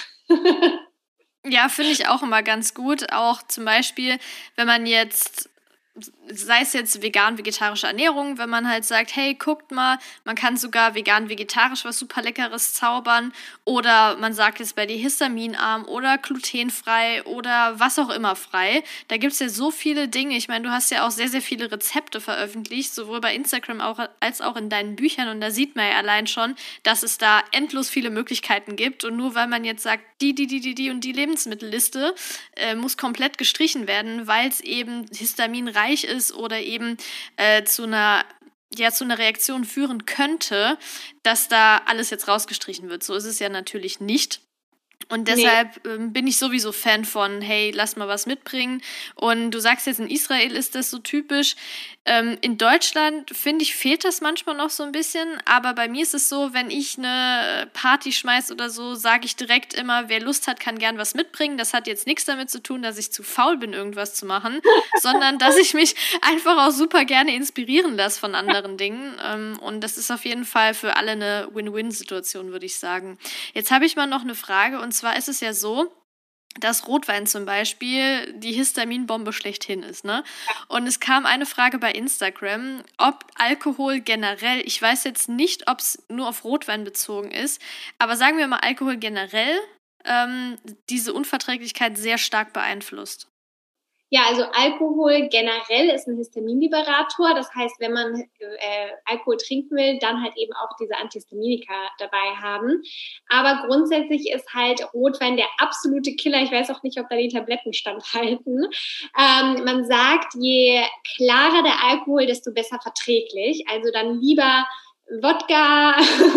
Ja, finde ich auch immer ganz gut. Auch zum Beispiel, wenn man jetzt, sei es jetzt vegan-vegetarische Ernährung, wenn man halt sagt, hey, guckt mal, man kann sogar vegan-vegetarisch was super Leckeres zaubern oder man sagt jetzt bei dir histaminarm oder glutenfrei oder was auch immer frei. Da gibt es ja so viele Dinge. Ich meine, du hast ja auch sehr, sehr viele Rezepte veröffentlicht, sowohl bei Instagram auch, als auch in deinen Büchern und da sieht man ja allein schon, dass es da endlos viele Möglichkeiten gibt und nur weil man jetzt sagt, die, die, die, die, die und die Lebensmittelliste äh, muss komplett gestrichen werden, weil es eben histaminreich ist oder eben äh, zu einer ja zu einer Reaktion führen könnte, dass da alles jetzt rausgestrichen wird. So ist es ja natürlich nicht. Und deshalb nee. ähm, bin ich sowieso Fan von, hey, lass mal was mitbringen. Und du sagst jetzt, in Israel ist das so typisch. Ähm, in Deutschland, finde ich, fehlt das manchmal noch so ein bisschen. Aber bei mir ist es so, wenn ich eine Party schmeiß oder so, sage ich direkt immer, wer Lust hat, kann gern was mitbringen. Das hat jetzt nichts damit zu tun, dass ich zu faul bin, irgendwas zu machen, sondern dass ich mich einfach auch super gerne inspirieren lasse von anderen Dingen. Ähm, und das ist auf jeden Fall für alle eine Win-Win-Situation, würde ich sagen. Jetzt habe ich mal noch eine Frage und zwar ist es ja so, dass Rotwein zum Beispiel die Histaminbombe schlechthin ist, ne? Und es kam eine Frage bei Instagram, ob Alkohol generell, ich weiß jetzt nicht, ob es nur auf Rotwein bezogen ist, aber sagen wir mal Alkohol generell, ähm, diese Unverträglichkeit sehr stark beeinflusst. Ja, also Alkohol generell ist ein Histaminliberator. Das heißt, wenn man äh, Alkohol trinken will, dann halt eben auch diese Antihistaminika dabei haben. Aber grundsätzlich ist halt Rotwein der absolute Killer. Ich weiß auch nicht, ob da die Tabletten standhalten. Ähm, man sagt, je klarer der Alkohol, desto besser verträglich. Also dann lieber Wodka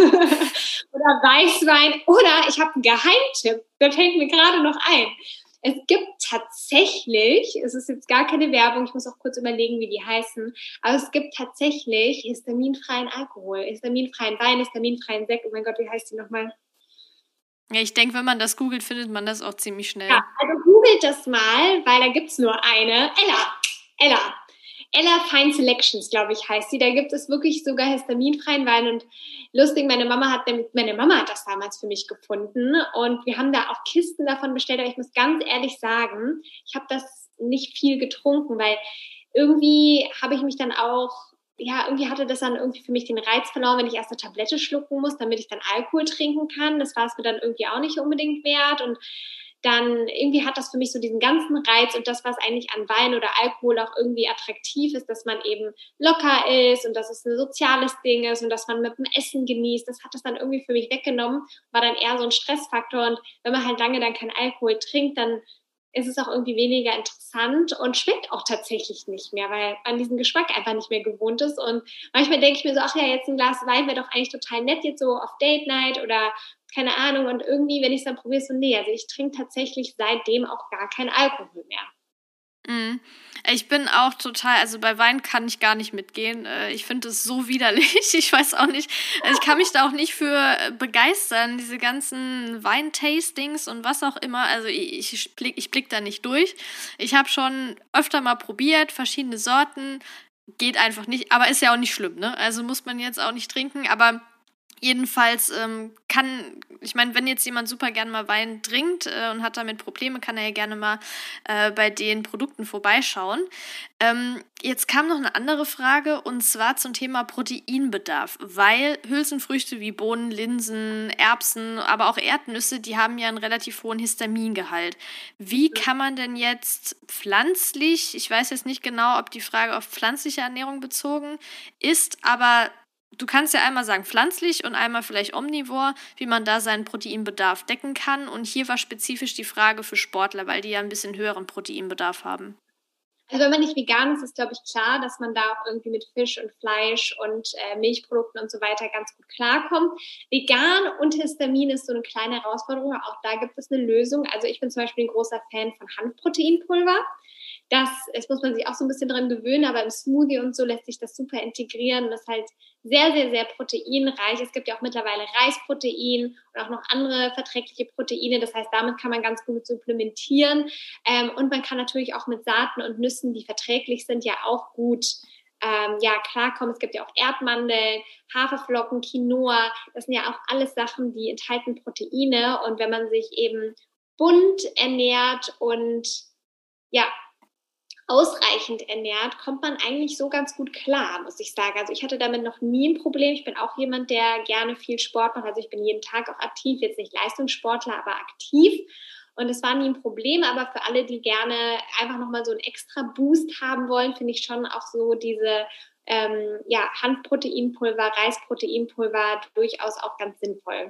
oder Weißwein. Oder ich habe einen Geheimtipp, der fällt mir gerade noch ein. Es gibt tatsächlich, es ist jetzt gar keine Werbung, ich muss auch kurz überlegen, wie die heißen, aber es gibt tatsächlich histaminfreien Alkohol, histaminfreien Wein, histaminfreien Sekt. Oh mein Gott, wie heißt die nochmal? Ja, ich denke, wenn man das googelt, findet man das auch ziemlich schnell. Ja, also googelt das mal, weil da gibt es nur eine. Ella, Ella. Ella Fine Selections, glaube ich, heißt sie. Da gibt es wirklich sogar histaminfreien Wein und lustig, meine Mama hat meine Mama hat das damals für mich gefunden und wir haben da auch Kisten davon bestellt, aber ich muss ganz ehrlich sagen, ich habe das nicht viel getrunken, weil irgendwie habe ich mich dann auch, ja, irgendwie hatte das dann irgendwie für mich den Reiz verloren, wenn ich erst eine Tablette schlucken muss, damit ich dann Alkohol trinken kann. Das war es mir dann irgendwie auch nicht unbedingt wert und dann irgendwie hat das für mich so diesen ganzen Reiz und das, was eigentlich an Wein oder Alkohol auch irgendwie attraktiv ist, dass man eben locker ist und dass es ein soziales Ding ist und dass man mit dem Essen genießt, das hat das dann irgendwie für mich weggenommen, war dann eher so ein Stressfaktor und wenn man halt lange dann keinen Alkohol trinkt, dann ist es auch irgendwie weniger interessant und schmeckt auch tatsächlich nicht mehr, weil man diesen Geschmack einfach nicht mehr gewohnt ist und manchmal denke ich mir so, ach ja, jetzt ein Glas Wein wäre doch eigentlich total nett, jetzt so auf Date Night oder keine Ahnung. Und irgendwie, wenn ich es dann probiere, so, nee, also ich trinke tatsächlich seitdem auch gar keinen Alkohol mehr. Mm. Ich bin auch total, also bei Wein kann ich gar nicht mitgehen. Ich finde es so widerlich. Ich weiß auch nicht, also ich kann mich da auch nicht für begeistern, diese ganzen Weintastings und was auch immer. Also ich, ich, blick, ich blick da nicht durch. Ich habe schon öfter mal probiert, verschiedene Sorten. Geht einfach nicht, aber ist ja auch nicht schlimm, ne? Also muss man jetzt auch nicht trinken, aber jedenfalls ähm, kann, ich meine, wenn jetzt jemand super gerne mal Wein trinkt äh, und hat damit Probleme, kann er ja gerne mal äh, bei den Produkten vorbeischauen. Ähm, jetzt kam noch eine andere Frage und zwar zum Thema Proteinbedarf, weil Hülsenfrüchte wie Bohnen, Linsen, Erbsen, aber auch Erdnüsse, die haben ja einen relativ hohen Histamingehalt. Wie kann man denn jetzt pflanzlich, ich weiß jetzt nicht genau, ob die Frage auf pflanzliche Ernährung bezogen ist, aber du kannst ja einmal sagen pflanzlich und einmal vielleicht omnivor, wie man da seinen Proteinbedarf decken kann. Und hier war spezifisch die Frage für Sportler, weil die ja ein bisschen höheren Proteinbedarf haben. Also wenn man nicht vegan ist, ist, glaube ich, klar, dass man da auch irgendwie mit Fisch und Fleisch und äh, Milchprodukten und so weiter ganz gut klarkommt. Vegan und Histamin ist so eine kleine Herausforderung. Auch da gibt es eine Lösung. Also ich bin zum Beispiel ein großer Fan von Hanfproteinpulver. Das, das muss man sich auch so ein bisschen dran gewöhnen, aber im Smoothie und so lässt sich das super integrieren und ist halt sehr, sehr, sehr proteinreich. Es gibt ja auch mittlerweile Reisprotein und auch noch andere verträgliche Proteine. Das heißt, damit kann man ganz gut supplementieren. Ähm, und man kann natürlich auch mit Saaten und Nüssen, die verträglich sind, ja auch gut ähm, ja, klarkommen. Es gibt ja auch Erdmandeln, Haferflocken, Quinoa. Das sind ja auch alles Sachen, die enthalten Proteine. Und wenn man sich eben bunt ernährt und ja, ausreichend ernährt, kommt man eigentlich so ganz gut klar, muss ich sagen. Also ich hatte damit noch nie ein Problem. Ich bin auch jemand, der gerne viel Sport macht. Also ich bin jeden Tag auch aktiv, jetzt nicht Leistungssportler, aber aktiv. Und es war nie ein Problem, aber für alle, die gerne einfach nochmal so einen extra Boost haben wollen, finde ich schon auch so diese ähm, ja, Hanfproteinpulver, Reisproteinpulver durchaus auch ganz sinnvoll.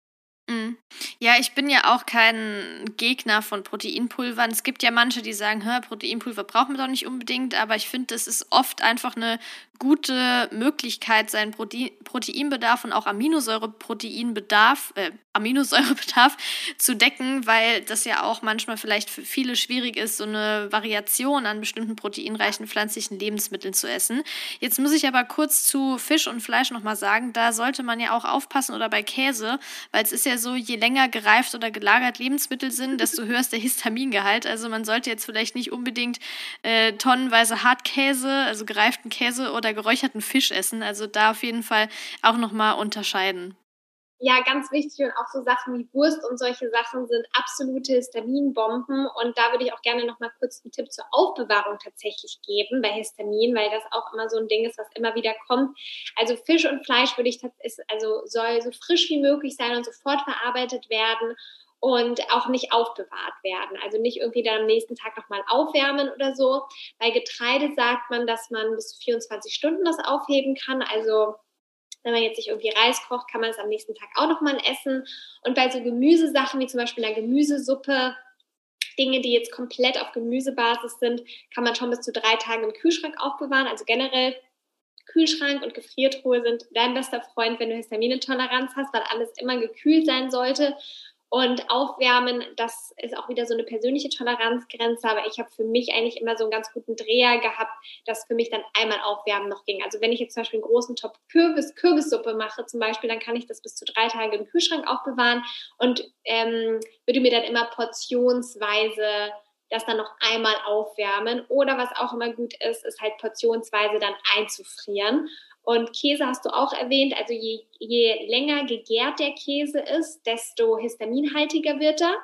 Mhm. Ja, ich bin ja auch kein Gegner von Proteinpulvern. Es gibt ja manche, die sagen, hör, Proteinpulver brauchen wir doch nicht unbedingt, aber ich finde, das ist oft einfach eine gute Möglichkeit, seinen Protein Proteinbedarf und auch Aminosäureproteinbedarf, äh, Aminosäurebedarf zu decken, weil das ja auch manchmal vielleicht für viele schwierig ist, so eine Variation an bestimmten proteinreichen pflanzlichen Lebensmitteln zu essen. Jetzt muss ich aber kurz zu Fisch und Fleisch nochmal sagen, da sollte man ja auch aufpassen oder bei Käse, weil es ist ja so, je länger gereift oder gelagert Lebensmittel sind, desto höher ist der Histamingehalt. Also man sollte jetzt vielleicht nicht unbedingt äh, tonnenweise Hartkäse, also gereiften Käse oder geräucherten Fisch essen. Also da auf jeden Fall auch nochmal unterscheiden. Ja, ganz wichtig und auch so Sachen wie Wurst und solche Sachen sind absolute Histaminbomben und da würde ich auch gerne noch mal kurz einen Tipp zur Aufbewahrung tatsächlich geben bei Histamin, weil das auch immer so ein Ding ist, was immer wieder kommt. Also Fisch und Fleisch würde ich ist, also soll so frisch wie möglich sein und sofort verarbeitet werden und auch nicht aufbewahrt werden. Also nicht irgendwie dann am nächsten Tag nochmal aufwärmen oder so. Bei Getreide sagt man, dass man bis zu vierundzwanzig Stunden das aufheben kann, also wenn man jetzt nicht irgendwie Reis kocht, kann man es am nächsten Tag auch nochmal essen. Und bei so Gemüsesachen wie zum Beispiel einer Gemüsesuppe, Dinge, die jetzt komplett auf Gemüsebasis sind, kann man schon bis zu drei Tage im Kühlschrank aufbewahren. Also generell Kühlschrank und Gefriertruhe sind dein bester Freund, wenn du Histaminintoleranz hast, weil alles immer gekühlt sein sollte. Und Aufwärmen, das ist auch wieder so eine persönliche Toleranzgrenze, aber ich habe für mich eigentlich immer so einen ganz guten Dreher gehabt, dass für mich dann einmal Aufwärmen noch ging. Also wenn ich jetzt zum Beispiel einen großen Topf Kürbis, Kürbissuppe mache zum Beispiel, dann kann ich das bis zu drei Tage im Kühlschrank aufbewahren und ähm, würde mir dann immer portionsweise das dann noch einmal aufwärmen. Oder was auch immer gut ist, ist halt portionsweise dann einzufrieren. Und Käse hast du auch erwähnt, also je, je länger gegärt der Käse ist, desto histaminhaltiger wird er.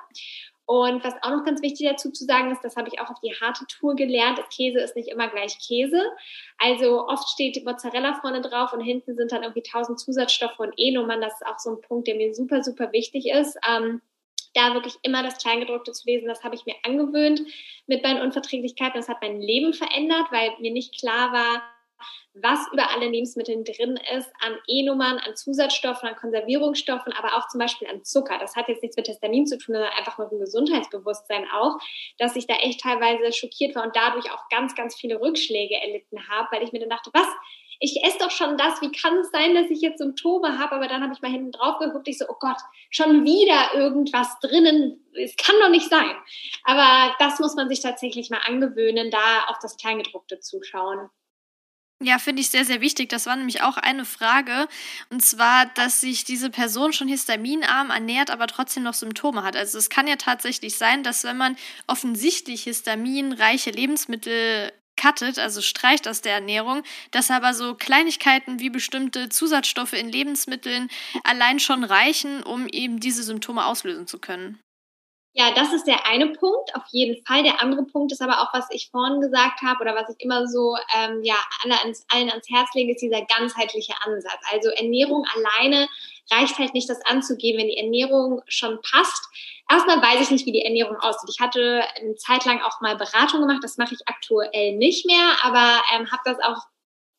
Und was auch noch ganz wichtig dazu zu sagen ist, das habe ich auch auf die harte Tour gelernt, ist, Käse ist nicht immer gleich Käse. Also oft steht Mozzarella vorne drauf und hinten sind dann irgendwie tausend Zusatzstoffe und E-Nummern. Das ist auch so ein Punkt, der mir super, super wichtig ist. Ähm, da wirklich immer das Kleingedruckte zu lesen, das habe ich mir angewöhnt mit meinen Unverträglichkeiten. Das hat mein Leben verändert, weil mir nicht klar war, was über alle Lebensmittel drin ist, an E-Nummern, an Zusatzstoffen, an Konservierungsstoffen, aber auch zum Beispiel an Zucker. Das hat jetzt nichts mit Histamin zu tun, sondern einfach mit dem Gesundheitsbewusstsein auch, dass ich da echt teilweise schockiert war und dadurch auch ganz, ganz viele Rückschläge erlitten habe, weil ich mir dann dachte, was? Ich esse doch schon das, wie kann es sein, dass ich jetzt Symptome habe? Aber dann habe ich mal hinten drauf geguckt, ich so, oh Gott, schon wieder irgendwas drinnen, es kann doch nicht sein. Aber das muss man sich tatsächlich mal angewöhnen, da auf das Kleingedruckte zu schauen. Ja, finde ich sehr, sehr wichtig. Das war nämlich auch eine Frage. Und zwar, dass sich diese Person schon histaminarm ernährt, aber trotzdem noch Symptome hat. Also es kann ja tatsächlich sein, dass wenn man offensichtlich histaminreiche Lebensmittel cuttet, also streicht aus der Ernährung, dass aber so Kleinigkeiten wie bestimmte Zusatzstoffe in Lebensmitteln allein schon reichen, um eben diese Symptome auslösen zu können. Ja, das ist der eine Punkt, auf jeden Fall. Der andere Punkt ist aber auch, was ich vorhin gesagt habe oder was ich immer so ähm, ja, alle ans, allen ans Herz lege, ist dieser ganzheitliche Ansatz. Also Ernährung alleine reicht halt nicht, das anzugehen, wenn die Ernährung schon passt. Erstmal weiß ich nicht, wie die Ernährung aussieht. Ich hatte eine Zeit lang auch mal Beratung gemacht, das mache ich aktuell nicht mehr, aber ähm, habe das auch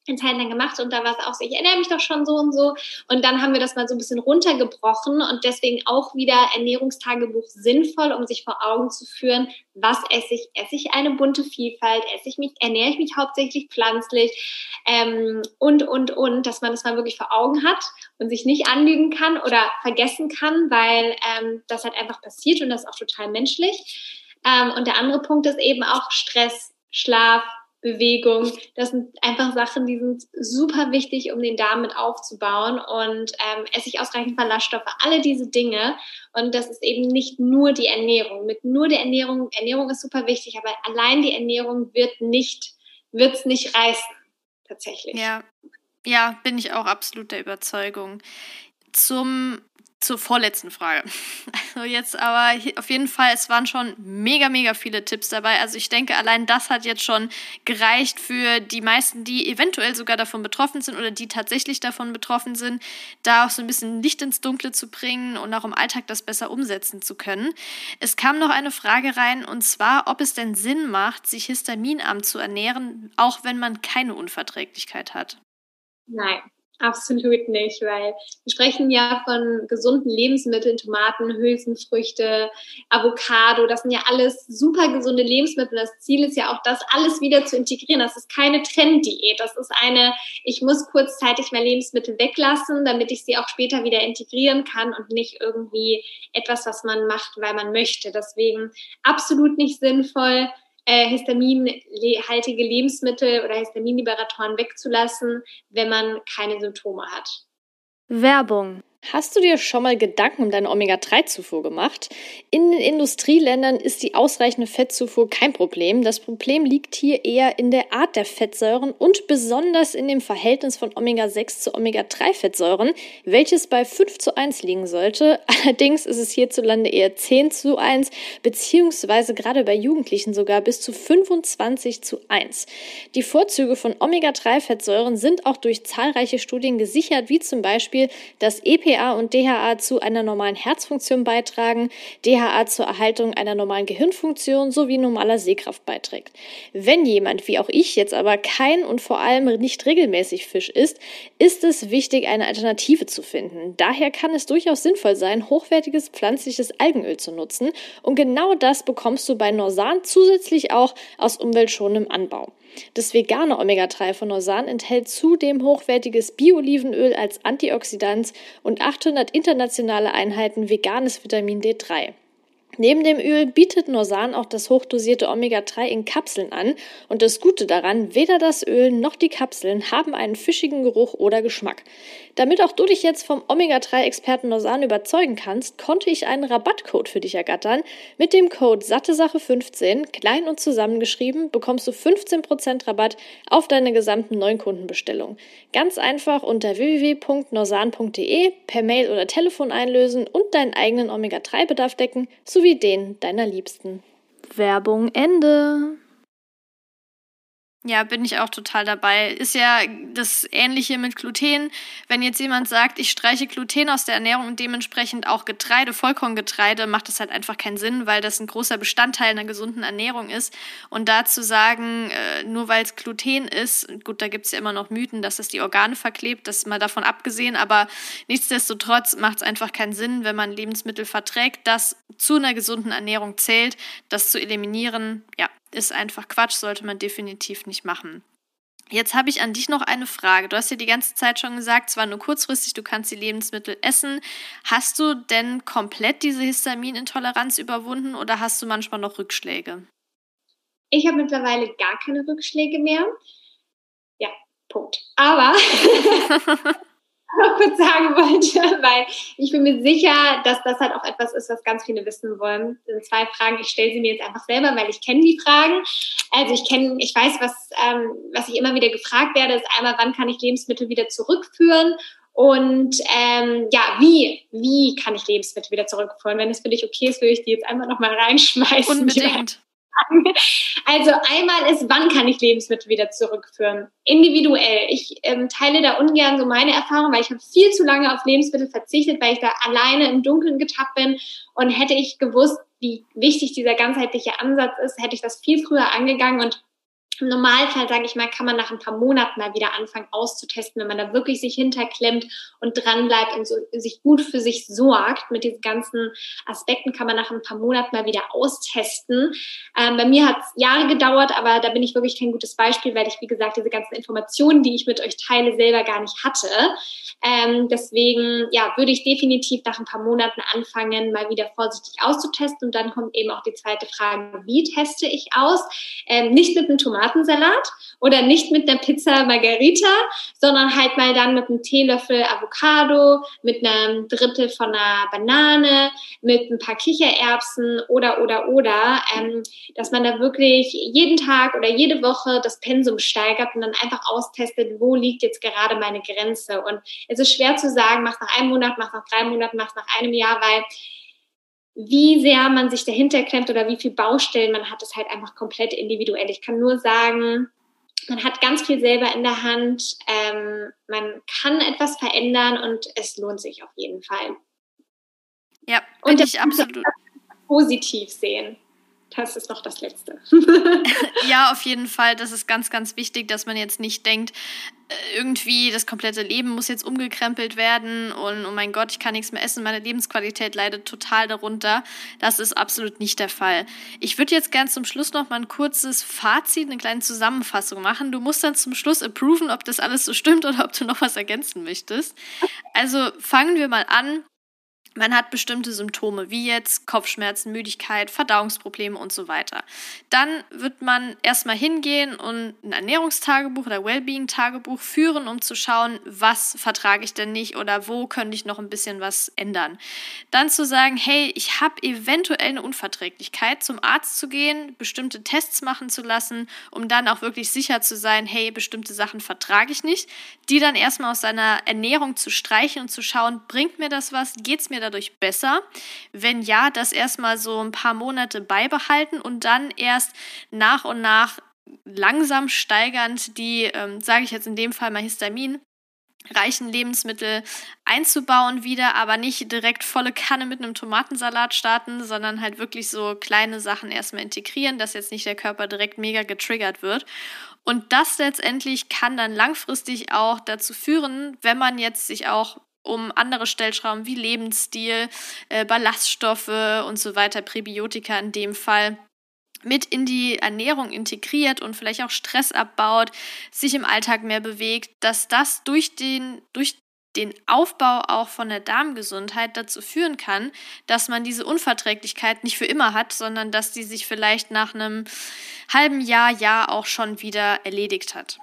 eine Zeit lang gemacht und da war es auch so, ich ernähre mich doch schon so und so und dann haben wir das mal so ein bisschen runtergebrochen und deswegen auch wieder Ernährungstagebuch sinnvoll, um sich vor Augen zu führen, was esse ich? Esse ich eine bunte Vielfalt? Esse ich mich, ernähre ich mich hauptsächlich pflanzlich? Ähm, und, und, und, dass man das mal wirklich vor Augen hat und sich nicht anlügen kann oder vergessen kann, weil ähm, das halt einfach passiert und das ist auch total menschlich. Ähm, und der andere Punkt ist eben auch Stress, Schlaf, Bewegung, das sind einfach Sachen, die sind super wichtig, um den Darm mit aufzubauen und ähm, esse ich ausreichend Ballaststoffe, alle diese Dinge und das ist eben nicht nur die Ernährung. Mit nur der Ernährung, Ernährung ist super wichtig, aber allein die Ernährung wird nicht, wird's nicht reißen, tatsächlich. Ja, ja, bin ich auch absolut der Überzeugung. Zum Zur vorletzten Frage. Also jetzt aber auf jeden Fall, es waren schon mega, mega viele Tipps dabei. Also ich denke, allein das hat jetzt schon gereicht für die meisten, die eventuell sogar davon betroffen sind oder die tatsächlich davon betroffen sind, da auch so ein bisschen Licht ins Dunkle zu bringen und auch im Alltag das besser umsetzen zu können. Es kam noch eine Frage rein und zwar, ob es denn Sinn macht, sich histaminarm zu ernähren, auch wenn man keine Unverträglichkeit hat. Nein. Absolut nicht, weil wir sprechen ja von gesunden Lebensmitteln, Tomaten, Hülsenfrüchte, Avocado, das sind ja alles super gesunde Lebensmittel. Das Ziel ist ja auch, das alles wieder zu integrieren. Das ist keine Trenddiät, das ist eine, ich muss kurzzeitig mal Lebensmittel weglassen, damit ich sie auch später wieder integrieren kann und nicht irgendwie etwas, was man macht, weil man möchte. Deswegen absolut nicht sinnvoll, Äh, histaminhaltige Lebensmittel oder Histaminliberatoren wegzulassen, wenn man keine Symptome hat. Werbung. Hast du dir schon mal Gedanken um deine Omega drei Zufuhr gemacht? In den Industrieländern ist die ausreichende Fettzufuhr kein Problem. Das Problem liegt hier eher in der Art der Fettsäuren und besonders in dem Verhältnis von Omega sechs zu Omega drei Fettsäuren, welches bei fünf zu eins liegen sollte. Allerdings ist es hierzulande eher zehn zu eins, beziehungsweise gerade bei Jugendlichen sogar bis zu fünfundzwanzig zu eins. Die Vorzüge von Omega drei Fettsäuren sind auch durch zahlreiche Studien gesichert, wie zum Beispiel, dass E P A und D H A zu einer normalen Herzfunktion beitragen, D H A zur Erhaltung einer normalen Gehirnfunktion sowie normaler Sehkraft beiträgt. Wenn jemand, wie auch ich jetzt aber kein und vor allem nicht regelmäßig Fisch isst, ist es wichtig, eine Alternative zu finden. Daher kann es durchaus sinnvoll sein, hochwertiges pflanzliches Algenöl zu nutzen und genau das bekommst du bei Norsan zusätzlich auch aus umweltschonendem Anbau. Das vegane Omega drei von Norsan enthält zudem hochwertiges Bio-Olivenöl als Antioxidant und achthundert internationale Einheiten veganes Vitamin D drei. Neben dem Öl bietet Norsan auch das hochdosierte Omega drei in Kapseln an und das Gute daran, weder das Öl noch die Kapseln haben einen fischigen Geruch oder Geschmack. Damit auch du dich jetzt vom Omega drei Experten Norsan überzeugen kannst, konnte ich einen Rabattcode für dich ergattern. Mit dem Code SatteSache fünfzehn, klein und zusammengeschrieben, bekommst du fünfzehn Prozent Rabatt auf deine gesamten Neukundenbestellung. Ganz einfach unter w w w punkt norsan punkt d e per Mail oder Telefon einlösen und deinen eigenen Omega drei Bedarf decken, sowie den deiner Liebsten. Werbung Ende. Ja, bin ich auch total dabei. Ist ja das Ähnliche mit Gluten. Wenn jetzt jemand sagt, ich streiche Gluten aus der Ernährung und dementsprechend auch Getreide, Vollkorngetreide, macht das halt einfach keinen Sinn, weil das ein großer Bestandteil einer gesunden Ernährung ist. Und da zu sagen, äh, nur weil es Gluten ist, gut, da gibt es ja immer noch Mythen, dass es die Organe verklebt, das ist mal davon abgesehen, aber nichtsdestotrotz macht es einfach keinen Sinn, wenn man Lebensmittel verträgt, das zu einer gesunden Ernährung zählt, das zu eliminieren, ja, ist einfach Quatsch, sollte man definitiv nicht machen. Jetzt habe ich an dich noch eine Frage. Du hast ja die ganze Zeit schon gesagt, zwar nur kurzfristig, du kannst die Lebensmittel essen. Hast du denn komplett diese Histaminintoleranz überwunden oder hast du manchmal noch Rückschläge? Ich habe mittlerweile gar keine Rückschläge mehr. Ja, Punkt. Aber noch kurz sagen wollte, weil ich bin mir sicher, dass das halt auch etwas ist, was ganz viele wissen wollen. Das sind zwei Fragen, ich stelle sie mir jetzt einfach selber, weil ich kenne die Fragen. Also ich kenne, ich weiß, was, ähm, was ich immer wieder gefragt werde, ist einmal, wann kann ich Lebensmittel wieder zurückführen? Und ähm, ja, wie, wie kann ich Lebensmittel wieder zurückführen? Wenn es für dich okay ist, würde ich die jetzt einfach nochmal reinschmeißen. Unbedingt. Also einmal ist, wann kann ich Lebensmittel wieder zurückführen? Individuell. Ich ähm, teile da ungern so meine Erfahrung, weil ich habe viel zu lange auf Lebensmittel verzichtet, weil ich da alleine im Dunkeln getappt bin. Und hätte ich gewusst, wie wichtig dieser ganzheitliche Ansatz ist, hätte ich das viel früher angegangen und Im Normalfall, sage ich mal, kann man nach ein paar Monaten mal wieder anfangen auszutesten, wenn man da wirklich sich hinterklemmt und dran bleibt und so, sich gut für sich sorgt. Mit diesen ganzen Aspekten kann man nach ein paar Monaten mal wieder austesten. Ähm, bei mir hat es Jahre gedauert, aber da bin ich wirklich kein gutes Beispiel, weil ich, wie gesagt, diese ganzen Informationen, die ich mit euch teile, selber gar nicht hatte. Ähm, deswegen, ja, würde ich definitiv nach ein paar Monaten anfangen, mal wieder vorsichtig auszutesten. Und dann kommt eben auch die zweite Frage, wie teste ich aus? Ähm, nicht mit einem Tomatensalat oder nicht mit einer Pizza Margherita, sondern halt mal dann mit einem Teelöffel Avocado, mit einem Drittel von einer Banane, mit ein paar Kichererbsen oder, oder, oder, ähm, dass man da wirklich jeden Tag oder jede Woche das Pensum steigert und dann einfach austestet, wo liegt jetzt gerade meine Grenze. Und es ist schwer zu sagen, mach nach einem Monat, mach nach drei Monaten, mach nach einem Jahr, weil wie sehr man sich dahinter klemmt oder wie viele Baustellen man hat, ist halt einfach komplett individuell. Ich kann nur sagen, man hat ganz viel selber in der Hand, ähm, man kann etwas verändern und es lohnt sich auf jeden Fall. Ja, bin und ich absolut positiv sehen. Das ist noch das Letzte. Ja, auf jeden Fall. Das ist ganz, ganz wichtig, dass man jetzt nicht denkt, irgendwie das komplette Leben muss jetzt umgekrempelt werden und oh mein Gott, ich kann nichts mehr essen, meine Lebensqualität leidet total darunter. Das ist absolut nicht der Fall. Ich würde jetzt gern zum Schluss noch mal ein kurzes Fazit, eine kleine Zusammenfassung machen. Du musst dann zum Schluss approven, ob das alles so stimmt oder ob du noch was ergänzen möchtest. Also fangen wir mal an. Man hat bestimmte Symptome, wie jetzt Kopfschmerzen, Müdigkeit, Verdauungsprobleme und so weiter. Dann wird man erstmal hingehen und ein Ernährungstagebuch oder Wellbeing-Tagebuch führen, um zu schauen, was vertrage ich denn nicht oder wo könnte ich noch ein bisschen was ändern. Dann zu sagen, hey, ich habe eventuell eine Unverträglichkeit, zum Arzt zu gehen, bestimmte Tests machen zu lassen, um dann auch wirklich sicher zu sein, hey, bestimmte Sachen vertrage ich nicht. Die dann erstmal aus seiner Ernährung zu streichen und zu schauen, bringt mir das was, geht es mir dadurch besser? Wenn ja, das erstmal so ein paar Monate beibehalten und dann erst nach und nach langsam steigernd die, ähm, sage ich jetzt in dem Fall mal Histamin, reichen Lebensmittel einzubauen wieder, aber nicht direkt volle Kanne mit einem Tomatensalat starten, sondern halt wirklich so kleine Sachen erstmal integrieren, dass jetzt nicht der Körper direkt mega getriggert wird. Und das letztendlich kann dann langfristig auch dazu führen, wenn man jetzt sich auch um andere Stellschrauben wie Lebensstil, äh, Ballaststoffe und so weiter, Präbiotika in dem Fall, mit in die Ernährung integriert und vielleicht auch Stress abbaut, sich im Alltag mehr bewegt, dass das durch den, durch den Aufbau auch von der Darmgesundheit dazu führen kann, dass man diese Unverträglichkeit nicht für immer hat, sondern dass die sich vielleicht nach einem halben Jahr, Jahr auch schon wieder erledigt hat.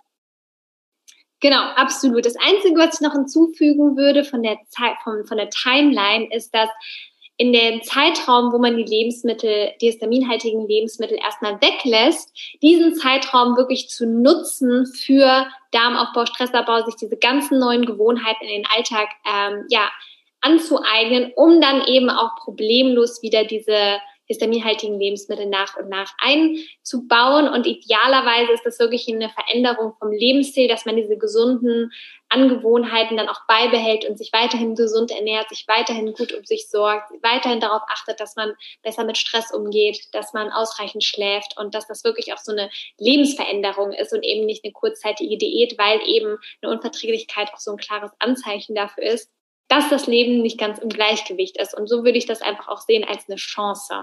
Genau, absolut. Das Einzige, was ich noch hinzufügen würde von der Zeit, von, von der Timeline, ist, dass in dem Zeitraum, wo man die Lebensmittel, die histaminhaltigen Lebensmittel erstmal weglässt, diesen Zeitraum wirklich zu nutzen für Darmaufbau, Stressabbau, sich diese ganzen neuen Gewohnheiten in den Alltag ähm, ja, anzueignen, um dann eben auch problemlos wieder diese histaminhaltigen Lebensmittel nach und nach einzubauen. Und idealerweise ist das wirklich eine Veränderung vom Lebensstil, dass man diese gesunden Angewohnheiten dann auch beibehält und sich weiterhin gesund ernährt, sich weiterhin gut um sich sorgt, weiterhin darauf achtet, dass man besser mit Stress umgeht, dass man ausreichend schläft und dass das wirklich auch so eine Lebensveränderung ist und eben nicht eine kurzzeitige Diät, weil eben eine Unverträglichkeit auch so ein klares Anzeichen dafür ist, dass das Leben nicht ganz im Gleichgewicht ist. Und so würde ich das einfach auch sehen als eine Chance.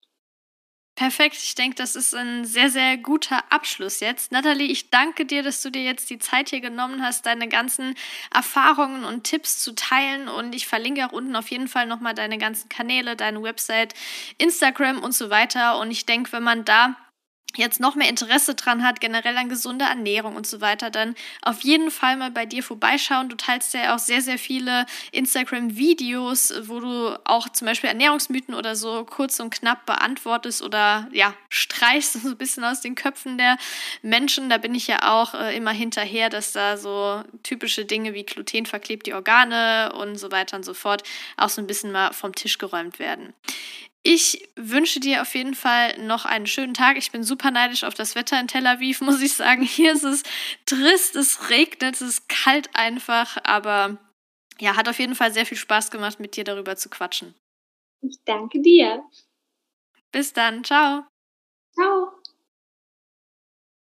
Perfekt, ich denke, das ist ein sehr, sehr guter Abschluss jetzt. Nathalie, ich danke dir, dass du dir jetzt die Zeit hier genommen hast, deine ganzen Erfahrungen und Tipps zu teilen und ich verlinke auch unten auf jeden Fall nochmal deine ganzen Kanäle, deine Website, Instagram und so weiter und ich denke, wenn man da jetzt noch mehr Interesse dran hat, generell an gesunder Ernährung und so weiter, dann auf jeden Fall mal bei dir vorbeischauen. Du teilst ja auch sehr, sehr viele Instagram-Videos, wo du auch zum Beispiel Ernährungsmythen oder so kurz und knapp beantwortest oder ja, streichst so ein bisschen aus den Köpfen der Menschen. Da bin ich ja auch äh, immer hinterher, dass da so typische Dinge wie Gluten verklebt die Organe und so weiter und so fort auch so ein bisschen mal vom Tisch geräumt werden. Ich wünsche dir auf jeden Fall noch einen schönen Tag. Ich bin super neidisch auf das Wetter in Tel Aviv, muss ich sagen. Hier ist es trist, es regnet, es ist kalt einfach. Aber ja, hat auf jeden Fall sehr viel Spaß gemacht, mit dir darüber zu quatschen. Ich danke dir. Bis dann, ciao.